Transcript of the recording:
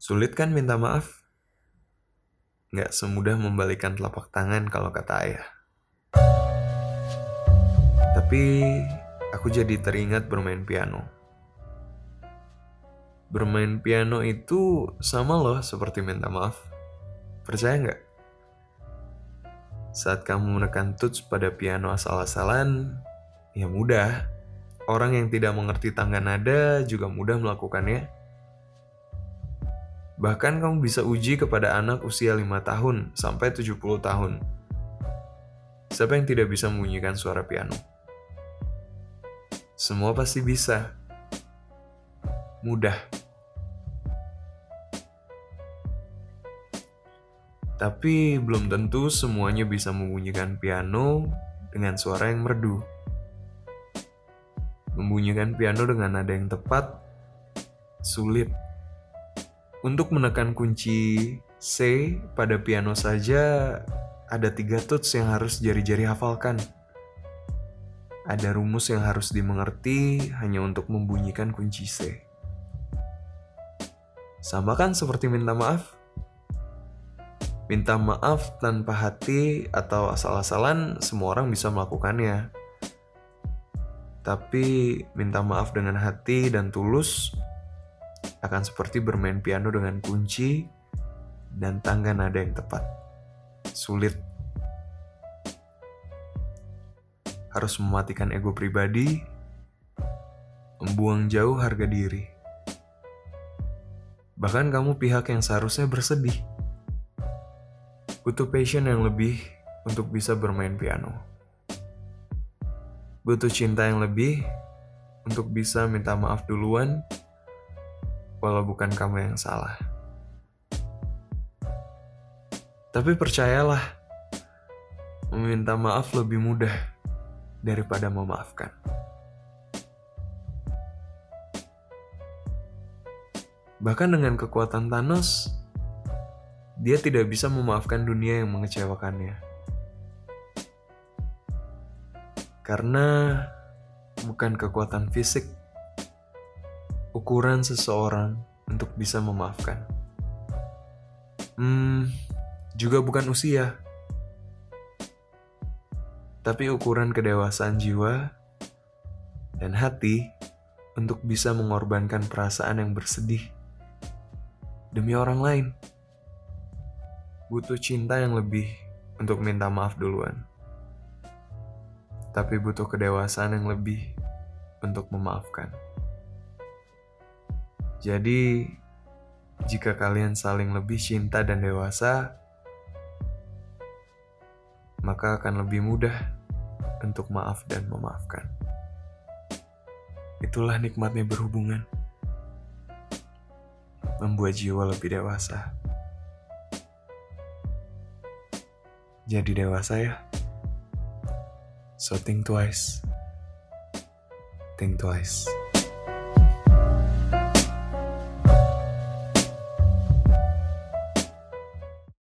Sulit kan minta maaf? Nggak semudah membalikan telapak tangan kalau kata ayah. Tapi aku jadi teringat bermain piano. Bermain piano itu sama loh seperti minta maaf. Percaya nggak? Saat kamu menekan tuts pada piano asal-asalan, ya mudah. Orang yang tidak mengerti tangga nada juga mudah melakukannya. Bahkan kamu bisa uji kepada anak usia 5 tahun sampai 70 tahun. Siapa yang tidak bisa membunyikan suara piano? Semua pasti bisa. Mudah. Tapi belum tentu semuanya bisa membunyikan piano dengan suara yang merdu. Membunyikan piano dengan nada yang tepat sulit. Untuk menekan kunci C pada piano saja ada 3 tuts yang harus jari-jari hafalkan. Ada rumus yang harus dimengerti hanya untuk membunyikan kunci C. Sama kan seperti minta maaf? Minta maaf tanpa hati atau asal-asalan semua orang bisa melakukannya. Tapi minta maaf dengan hati dan tulus akan seperti bermain piano dengan kunci dan tangga nada yang tepat. Sulit. Harus mematikan ego pribadi, membuang jauh harga diri. Bahkan kamu pihak yang seharusnya bersedih. Butuh passion yang lebih untuk bisa bermain piano. Butuh cinta yang lebih untuk bisa minta maaf duluan, walau bukan kamu yang salah. Tapi percayalah, meminta maaf lebih mudah daripada memaafkan. Bahkan dengan kekuatan Thanos, dia tidak bisa memaafkan dunia yang mengecewakannya. Karena bukan kekuatan fisik, ukuran seseorang untuk bisa memaafkan. Juga bukan usia, tapi ukuran kedewasaan jiwa dan hati untuk bisa mengorbankan perasaan yang bersedih demi orang lain. Butuh cinta yang lebih untuk minta maaf duluan, tapi butuh kedewasaan yang lebih untuk memaafkan. Jadi, jika kalian saling lebih cinta dan dewasa, maka akan lebih mudah untuk maaf dan memaafkan. Itulah nikmatnya berhubungan. Membuat jiwa lebih dewasa. Jadi dewasa ya. So think twice. Think twice.